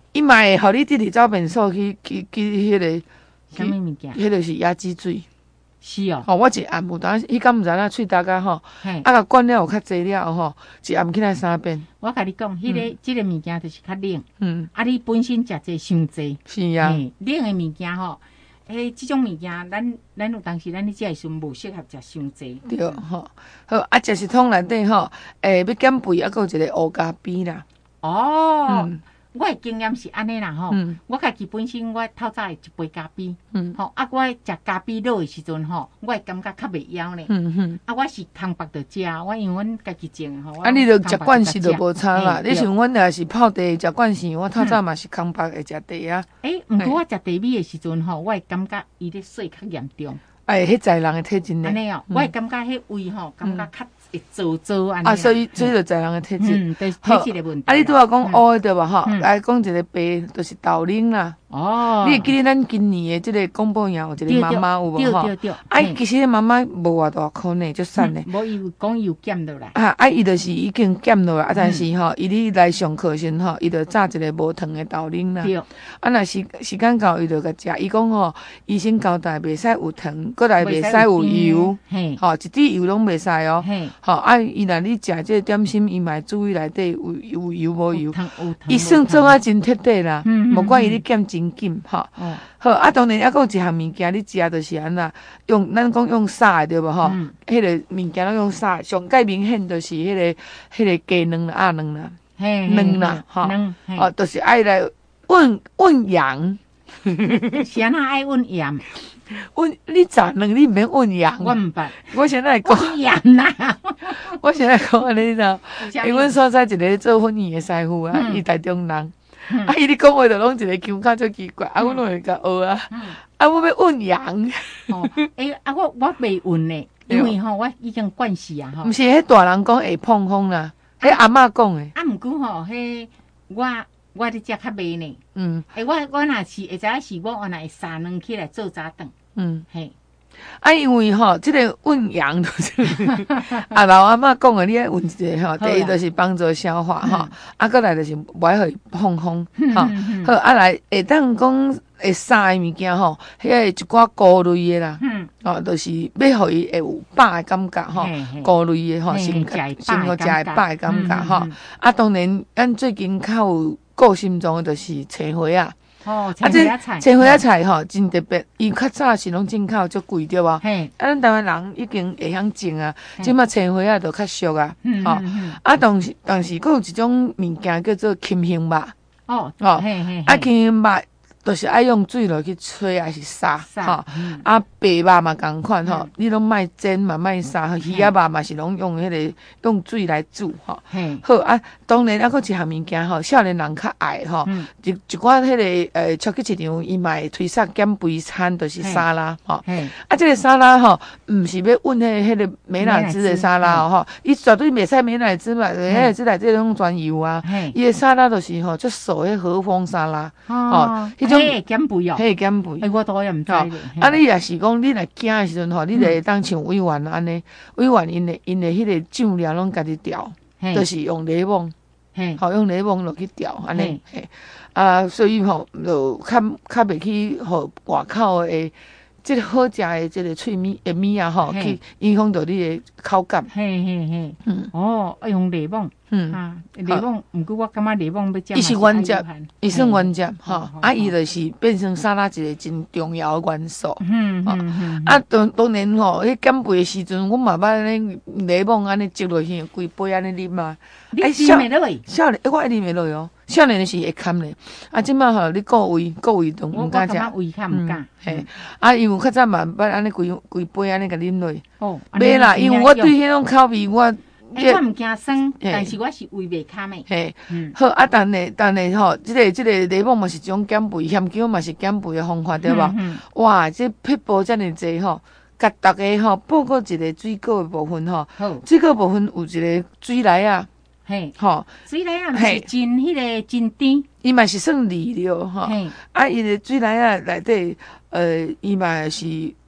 伊嘛会互你直直走便所去去去迄个。
啥物物件？
迄个是椰子水。
是哦。
吼，我一暗有当，迄敢毋知影喙焦甲吼，啊，甲灌了有较济了吼，一暗起来三遍。
我甲你讲，迄个即个物件就是较冷。
嗯。
啊，你本身食这伤济。
是啊。
冷的物件吼，诶，即种物件，咱咱有当时咱咧食的时阵无适合食伤济。
对，吼，好啊，食食桶内底吼，诶，要减肥，啊，佫有一个乌咖啡啦。
哦。我的经验是安尼啦吼，我家己本身我透早会一杯咖啡，吼啊，我食咖啡落的时阵吼，我会感觉较袂枵咧。啊，我是空白着食，我因为阮家己种的吼。
啊，你着食惯势就无差啦。你像阮也是泡茶食惯势，我透早嘛是空白会食茶啊。
诶，毋过我食茶米的时阵吼，我会感觉伊咧水较严重。
哎，迄在人的体质呢？
安尼哦，我会感觉迄胃吼，感觉较。会皱皱安尼
啊，所以所以就在人的体质，
嗯，对体质的问题。
啊，你拄仔讲乌的对吧？吼，来讲一个白，就是豆奶啦。
哦，
你会记得咱今年的即个公布样有一个妈妈有无吼？
对对对。
啊，其实妈妈无偌大颗呢，足瘦呢。
无伊讲伊有减落来。
啊啊，伊就是已经减落来，啊，但是吼，伊咧来上课时吼，伊就炸一个无糖的豆奶啦。
对。
啊，若时时间到，伊就甲食。伊讲吼，医生交代袂使有糖，过来袂使有油，吼，一滴油拢袂使哦。吼，啊，伊若你食这个点心，伊嘛注意内底有有油无油。伊算做啊真彻底啦，无管伊咧减真紧，吼。好，啊，当然还佫有一项物件，你食就是安那用，咱讲用撒的对无吼？迄个物件拢用撒，上界明显就是迄个迄个鸡卵啦、鸭卵啦、卵啦，吼，哦，就是爱来温温阳。
是安那爱温阳？
温你炸卵，你毋免温阳。
我毋捌。
我现在讲
温阳啦。
我现在讲安尼啦，因为阮所在一个做婚宴的师傅啊，伊台中人。啊！伊咧讲话就拢一个腔口足奇怪，啊，阮拢会甲学啊。啊，我要温阳。
哦，诶，啊，我我袂温呢，因为吼，我已经惯势啊，吼。
毋是，迄大人讲会碰风啦，迄阿嬷讲诶。
啊，毋过吼，迄我我咧食较袂呢。嗯。诶，我我若是会知影是我原来会撒卵起来做早顿。嗯。嘿。
啊，因为吼，即个温阳就是啊，老阿嬷讲诶，你爱温一下吼，第一就是帮助消化吼，啊，过来就是不爱互伊碰风吼，好啊来会当讲会杀诶物件吼，迄个一寡菇类诶啦，哦，就是要互伊会有饱诶感觉吼，菇类诶吼，先先互食会饱诶感觉吼，啊，当然咱最近较有顾心脏诶，就是青花啊。
哦，青花菜，
青花菜吼真特别，伊较早是拢进口足贵对无？嘿，啊，咱台湾人已经会晓种啊，即马青花啊就较俗啊，吼，啊，但是但是佫有一种物件叫做芹香肉，哦，哦，啊，芹香肉就是爱用水落去吹还是杀，吼，啊，白肉嘛共款吼，你拢莫煎嘛莫杀，鱼仔肉嘛是拢用迄个用水来煮吼，好啊，当然啊，佫一项物件吼，少年人较爱吼，一一寡迄个呃，超级市场伊嘛会推出减肥餐，就是沙拉吼，啊，这个沙拉吼，毋是要温迄迄个美乃滋的沙拉吼，伊绝对袂使美乃滋嘛，美乃滋内底拢全油啊，伊的沙拉就是吼，就属迄和风沙拉，
哦。迄减肥哦，
迄减肥，
哎，我倒也毋知咧。
啊，你也是讲，你来惊的时阵吼，你就会当像委员安尼，委员因的因的迄个酱料拢家己调，就是用柠檬，吼用柠檬落去调安尼，嘿，啊，所以吼就较较袂去互外口的即个好食的即个脆米的米啊吼，去影响到你的口感。
嘿嘿嘿，嗯，哦，用柠檬。嗯啊，柠檬，毋过我感觉柠檬要食。
伊是原汁，伊算原汁吼，啊，伊就是变成沙拉一个真重要的元素。嗯嗯嗯。啊，当当然吼，迄减肥的时阵，我嘛捌安尼柠檬安尼积落去，规杯安尼啉嘛。
你啉袂落去？
少年，我爱啉袂落去哦。少年是会堪咧，啊，即摆吼你顾胃，顾胃都毋敢食。
我胃较毋敢。
嘿，啊，因为较早嘛捌安尼规规杯安尼甲啉落去。哦。袂啦，因为我对迄种口味我。
诶，我毋惊酸，但是我是胃袂堪诶。
嘿，好啊，但是但是吼，即个即个柠檬嘛是一种减肥，咸姜嘛是减肥诶方法，对吧？哇，这配布遮尔济吼，甲大家吼报告一个水果诶部分吼。水果部分有一个水梨啊，
嘿，吼，水梨啊是真迄个真甜，
伊嘛是算利了吼。啊，伊个水梨啊内底，呃，伊嘛是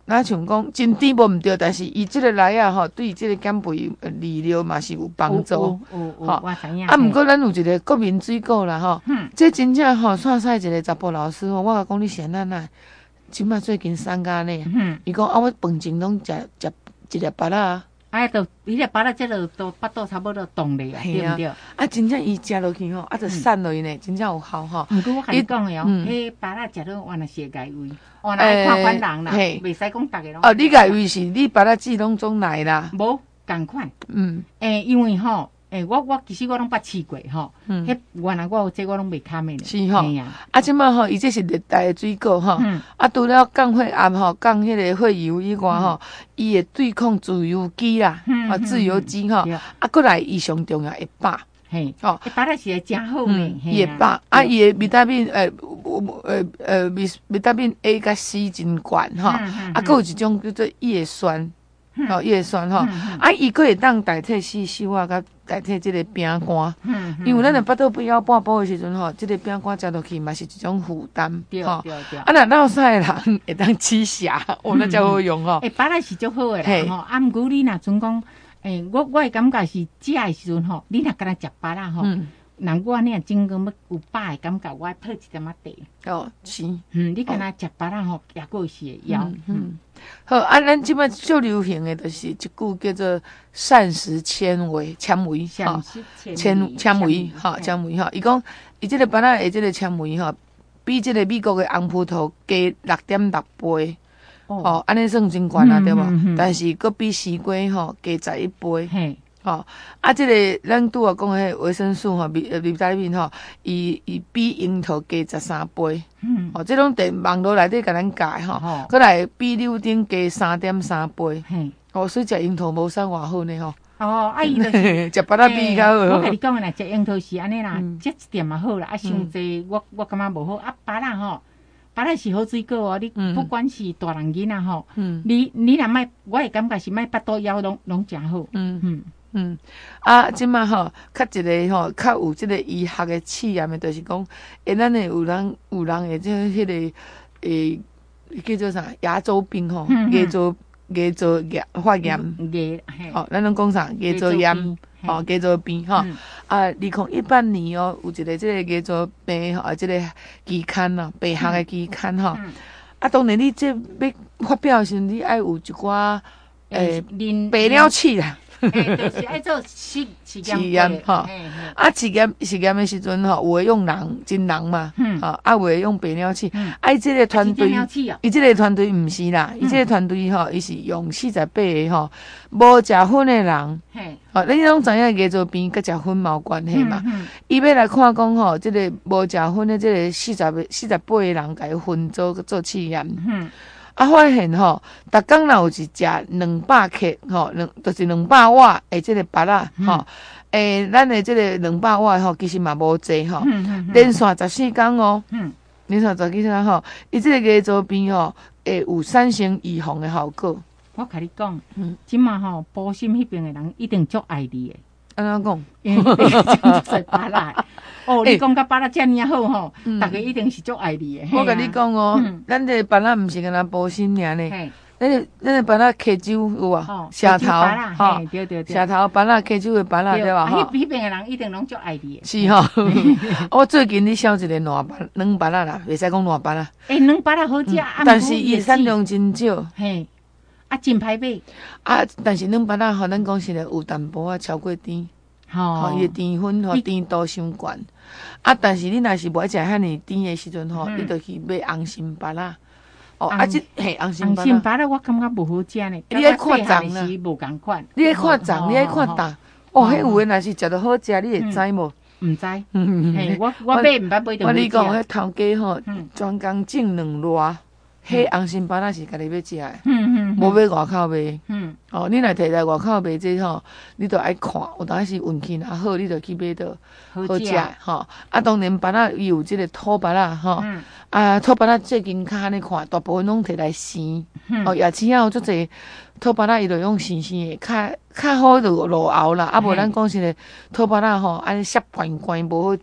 若像讲真甜无毋对，但是伊即个来啊吼，对即个减肥利尿嘛是有帮助。
有有有，我知影。
啊，毋过咱有一个国民水果啦吼，嗯，这真正吼，线西一个查甫老师吼，我甲讲你是安怎呐？即摆最近三加呢，嗯，伊讲啊，我饭前拢食食一粒芭乐。
哎，都伊个芭乐即落都巴肚差不多冻咧啊，对毋对？
啊，真正伊食落去吼，啊，就散落去呢，真正有效吼。
毋过我甲你讲诶哦，迄芭乐食落原来是会解胃，哦，那爱看反人啦，袂使讲逐个拢。
哦，你解胃是你芭乐籽拢总来啦？
无共款。嗯。诶，因为吼。诶，我我其实我拢捌试过吼，迄原来我有这我拢袂堪的。
是吼，啊，即摆吼，伊这是热带的水果吼，啊，除了降血压吼，降迄个血油以外吼，伊会对抗自由基啦，啊，自由基吼，啊，过来伊上重要会饱，
嘿，哦，芭乐是会真好呢，
伊会饱，啊，伊的维他命诶，呃呃维维他命 A 甲 C 真悬吼，啊，佫有一种叫做叶酸。哦，叶酸吼，啊，伊佫会当代替四秀啊，甲代替即个饼干，因为咱的巴肚不枵半饱的时阵吼，即个饼干食落去嘛是一种负担，
吼。
啊，若老晒的人会当吃下，哦，那才好用吼。
诶，芭乐是足好诶啦，吼。啊，毋过你若准讲，诶，我我会感觉是食的时阵吼，你若敢若食芭乐吼。若我呢真讲要有饱的感觉，我爱泡一点仔茶。
哦，是。
嗯，你敢若食芭乐吼，也佫是会枵。嗯。
好啊，咱即摆最流行的就是一句叫做膳食纤维，纤维哈，纤纤维哈，纤维哈。伊讲伊即个芭乐的即个纤维哈，比即个美国的红葡萄加六点六倍，哦，安尼算真悬啊，对无？但是佫比西瓜吼加十一倍。吼，啊，即个咱拄啊讲迄维生素吼，维维他命吼，伊伊比樱桃加十三倍。嗯，哦，即种电网络内底甲咱教吼，过来比柳丁加三点三倍。嘿，哦，所以食樱桃无啥偌好呢吼。
哦，啊伊就是
食芭乐比较好。
我甲你讲诶啦，食樱桃是安尼啦，食一点嘛好啦，啊，伤济我我感觉无好。啊，芭乐吼，芭乐是好水果哦，你不管是大人囡仔吼，你你若莫，我会感觉是莫巴肚枵拢拢诚好。嗯嗯。
嗯，啊，即马吼，较一个吼，较有即个医学的试验的，就是讲，诶，咱诶有人有人会即迄个诶叫做啥牙周病吼，牙周牙周炎发炎，吼，咱拢讲啥牙周炎，吼，牙周病吼，啊，二零一八年哦，有一个即个牙周病吼，即个期刊咯，白学的期刊吼，啊，当然你即要发表的时阵，你爱有一寡诶培养器啦。
诶，就是爱做实实
验吼，啊，实验实验的时阵吼，有诶用人真人嘛，吼，啊，有诶用培养器，啊，伊即个团队，伊即个团队毋是啦，伊即个团队吼，伊是用四十八个吼无食粉诶人，吼，你拢知影牙周病甲食粉嘛有关系嘛，伊要来看讲吼，即个无食粉诶，即个四十个四十八个人甲伊分做做试验。啊，发现吼，逐工若有是食两百克吼，两就是两百瓦的即个芭乐吼，诶，咱的即个两百瓦吼，其实嘛无济吼，连续十四天哦，连续十四天吼，伊即个牙周病吼，会有三成预防的效果。
我甲你讲，即马吼，保心迄边的人一定足爱你的。
安怎讲？
因为真侪芭乐。哦，你讲甲芭乐遮尔好吼，大家一定是足爱你的。
我甲你讲哦，咱这芭乐毋是干那保心尔呢，咱这咱这芭乐溪州有啊，蛇头
吼，对对对，
蛇头芭乐溪州的芭乐对吧？
迄迄边的人一定拢足爱你的。
是吼，我最近咧烧一个烂芭软芭乐啦，袂使讲烂芭乐。
诶，软芭乐好食，
但是伊产量真少。嘿。
啊，真歹买
啊！但是软芭乐吼，咱讲实咧有淡薄仔超过甜，吼，伊甜分吼甜度伤悬。啊，但是你若是无爱食遐尼甜的时阵吼，你著去买红心芭乐。哦，啊，即嘿红心芭乐。
红心芭乐我感觉无好食呢，
你爱看长啦，
无共款。
你爱看长，你爱看大。哦，迄有诶，若是食着好食，你会知无？
毋知。嘿，我我买毋捌买着。
我你讲迄头家吼，专工种两偌。迄红心芭乐是家己要食诶，无买外口卖。哦，你若摕来外口卖这吼，你著爱看，有当时运气若好，你著去买到好食吼。啊，当然芭乐伊有即个土芭乐吼，啊土芭乐最近较安尼看，大部分拢摕来生。哦，夜市啊有足侪土芭乐伊著用生生诶，较较好就落后啦。啊，无咱讲是咧土芭乐吼，安尼削悬悬无好食。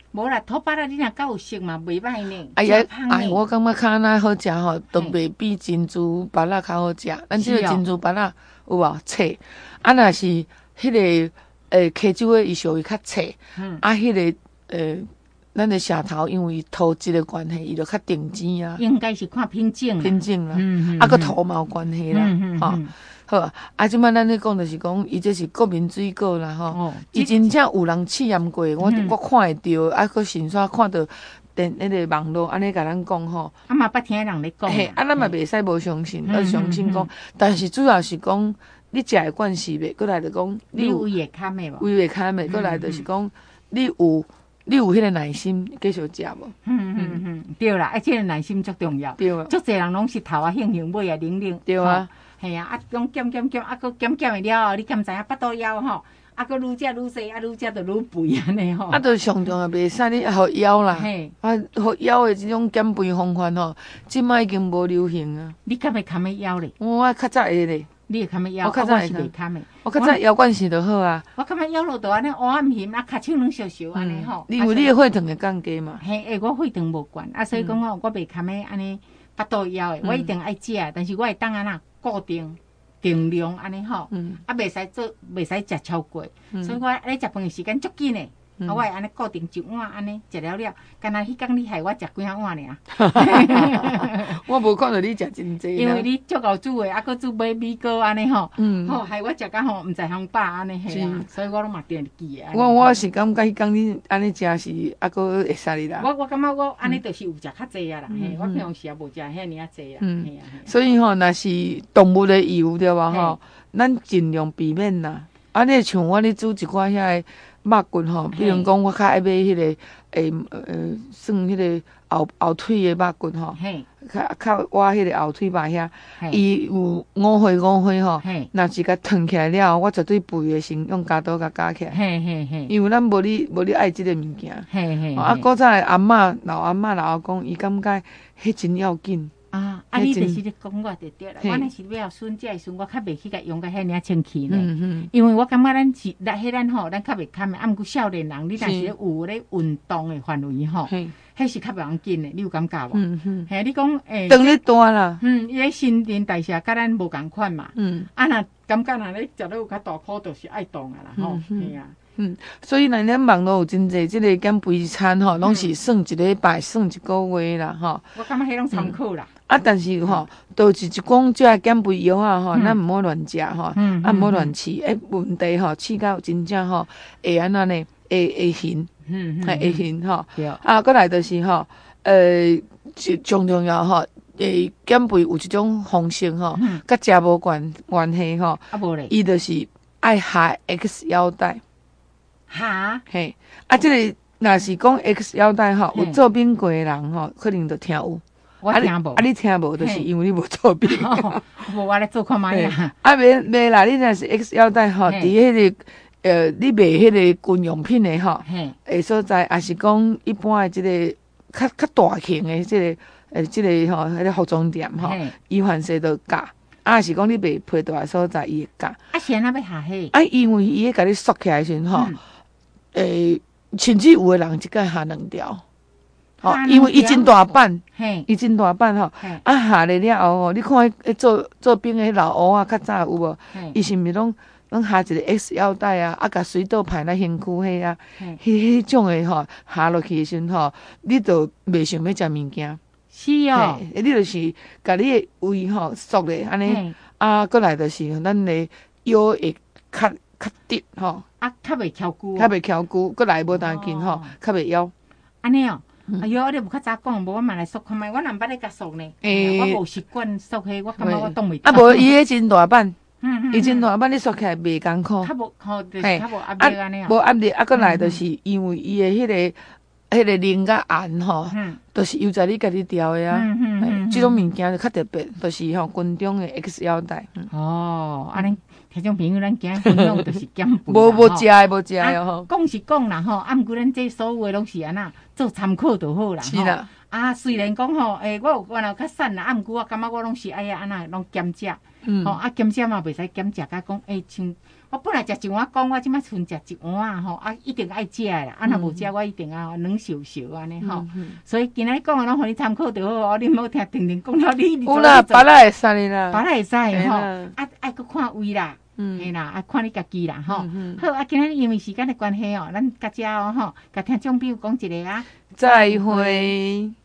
无啦，土巴拉你若够有熟嘛，袂歹呢。
哎呀，哎，我感觉较那好食吼，都袂比珍珠巴拉较好食。咱即个珍珠巴拉有无脆？啊，若是迄个诶，溪州诶，伊属于较脆。嗯。啊，迄个诶，咱的社头因为土质的关系，伊就较定尖啊。
应该是看品种啦。
品种啦。
嗯嗯。
啊，个土嘛有关系啦。
嗯嗯。
吼。好，啊，即摆咱咧讲就是讲，伊这是国民水果啦，吼，伊真正有人试验过，我我看会到，啊，佮甚煞看到电迄个网络安尼甲咱讲吼，
啊嘛捌听人咧讲，
嘿，啊，咱嘛袂使无相信，要相信讲，但是主要是讲你食的惯势袂，过来就讲
你有胃会堪的无？
胃会堪的，过来就是讲你有你有迄个耐心继续食无？
嗯嗯嗯，对啦，而且耐心足重要，
对啊，
足侪人拢是头啊兴兴，尾啊零零，
对啊。
系啊，啊，讲减减减，啊，佮减减会了，你敢知影？巴肚枵吼，啊，佮愈食愈细，啊，愈食就愈肥安尼吼。
啊，著上重要袂使你互枵啦。嘿，啊，互枵的即种减肥方法吼，即摆已经无流行啊。
你敢会堪会枵咧？
我较早会咧。
你会堪会枵？
我较早
是袂堪的。
我较早枵惯势就好啊。
我感觉枵落就安尼黑暗形，啊，脚手软烧烧安尼吼。
你有你的血糖会降低嘛？
嘿，诶，我血糖无悬，啊，所以讲吼，我袂堪的安尼巴肚枵的，我一定爱食，但是我会当安那固定。定量安尼吼，啊，袂使做，袂使食超过，所以我咧食饭的时间足紧的，啊，我会安尼固定一碗安尼食了了，干那迄工你害我食几啊碗尔？
我无看到你食真济，
因为你足够煮的，啊，佮煮买米糕安尼吼，吼害我食甲吼毋知通饱安尼系啊，所以我拢嘛定记的。
我我是感觉迄工你安尼食是啊，佮会使哩啦。
我我感觉我安尼就是有食较济啊啦，嘿，我平常时也无食遐尔啊济啦，嘿啊。
所以吼，若是动物的油对吧？吼，咱尽量避免啦。啊，你像我咧煮一寡遐个肉骨吼，比如讲我较爱买迄个诶呃，算迄个后后腿的肉骨吼，较较我迄个后腿肉遐，伊有五花五花吼，若是甲烫起来了，我绝对肥的先用加刀甲加起来，因为咱无你无你爱即个物件，啊，古早的阿嬷老阿嬷老阿公，伊感觉迄真要紧。
啊，啊！你就是咧讲我就对啦。我若是要孙子的时，我较袂去甲用甲遐尔清气呢。嗯因为我感觉咱是咱迄咱吼，咱较袂堪的。啊，毋过少年人，你若是有咧运动的范围吼，迄是较袂要紧的。你有感觉无？嗯嗯。嘿，你讲诶，
当你大啦。
嗯，伊咧新陈代谢甲咱无共款嘛。嗯。啊，若感觉若咧食了有较大块，就是爱动啊啦，吼。嘿啊。
嗯，所以咱咱网络有真济即个减肥餐吼，拢是算一礼拜，算一个月啦，吼。
我感觉迄种参考啦。
啊，但是吼，都是一讲即个减肥药啊，吼，咱毋好乱食吼，啊，毋好乱吃。诶，问题吼，试到真正吼，会安怎呢？会会痕，嗯，会痕吼。啊，过来就是吼，呃，最最重要吼，诶，减肥有一种方式吼，甲食无关关系吼。啊，无咧。伊就是爱下 X 腰带。
哈？
嘿，啊，即个若是讲 X 腰带吼，有做兵过的人吼，可能就听有。
我听无，
啊！你听无，就是因为你无做兵。
无我来做看卖啊！
啊，袂袂啦！你若是 X 腰带吼，伫迄个呃，你卖迄个军用品的吼，诶所在，也是讲一般的即个较较大型的即个诶，即个吼，迄个服装店吼，伊凡是都教，啊，是讲你卖批大的所在，伊会教。
啊，是安那要下迄？
啊，因为伊会甲你缩起来时阵吼，诶，甚至有的人一届下两条。吼，因为伊真大版，伊真大版吼，啊下来了后吼，你看迄做做兵的老乌啊，较早有无？伊是毋是拢拢下一个 X 腰带啊，啊甲水倒排咱身躯迄啊，迄迄种的吼下落去的时阵吼，你就袂想要食物件。
是哦，
你就是甲你的胃吼缩咧安尼，啊过来就是咱的腰会较较直吼，
啊较袂翘久，
较袂翘久，过来无当紧吼，较袂枵。
安尼哦。哎哟，你无较早讲，无我嘛来缩看卖，我若捌咧甲缩呢，我无习惯缩迄，我感觉我挡袂到。
啊，无伊迄真大版，伊真大版，你缩起来袂艰苦。
较无，吼，就是较无压力安尼啊。
无压力，啊，过来就是因为伊的迄个、迄个鳞甲眼吼，都是由在你家己调的啊。这种物件就较特别，就是吼军中的 X 腰带。
哦，安尼。迄种朋友，咱今日分享就是减肥
无无食的，无食的吼。
讲是讲啦吼，啊，毋过咱这所有的拢是安那做参考就好啦。
是啦。
啊，虽然讲吼，诶、欸，我有原来有较瘦啦，啊，毋过我感觉我拢是哎呀，安那拢减食，嗯，吼、喔，啊，减食嘛袂使减食，甲讲，诶、欸，像我本来食一碗公，我即摆剩食一碗吼，啊，一定爱食诶啦，啊，若无食我一定啊软烧烧安尼吼，所以今仔日讲诶，拢互你参考就好，你毋好听婷婷讲了你，你
有啦，别啦会使哩啦，
别啦会使吼，啊，爱搁看胃啦。嗯，嘿啦，啊，看你家己啦，吼、嗯，好啊，今日因为时间的关系哦，咱家遮哦，吼，甲听众朋友讲一个啊，
再会。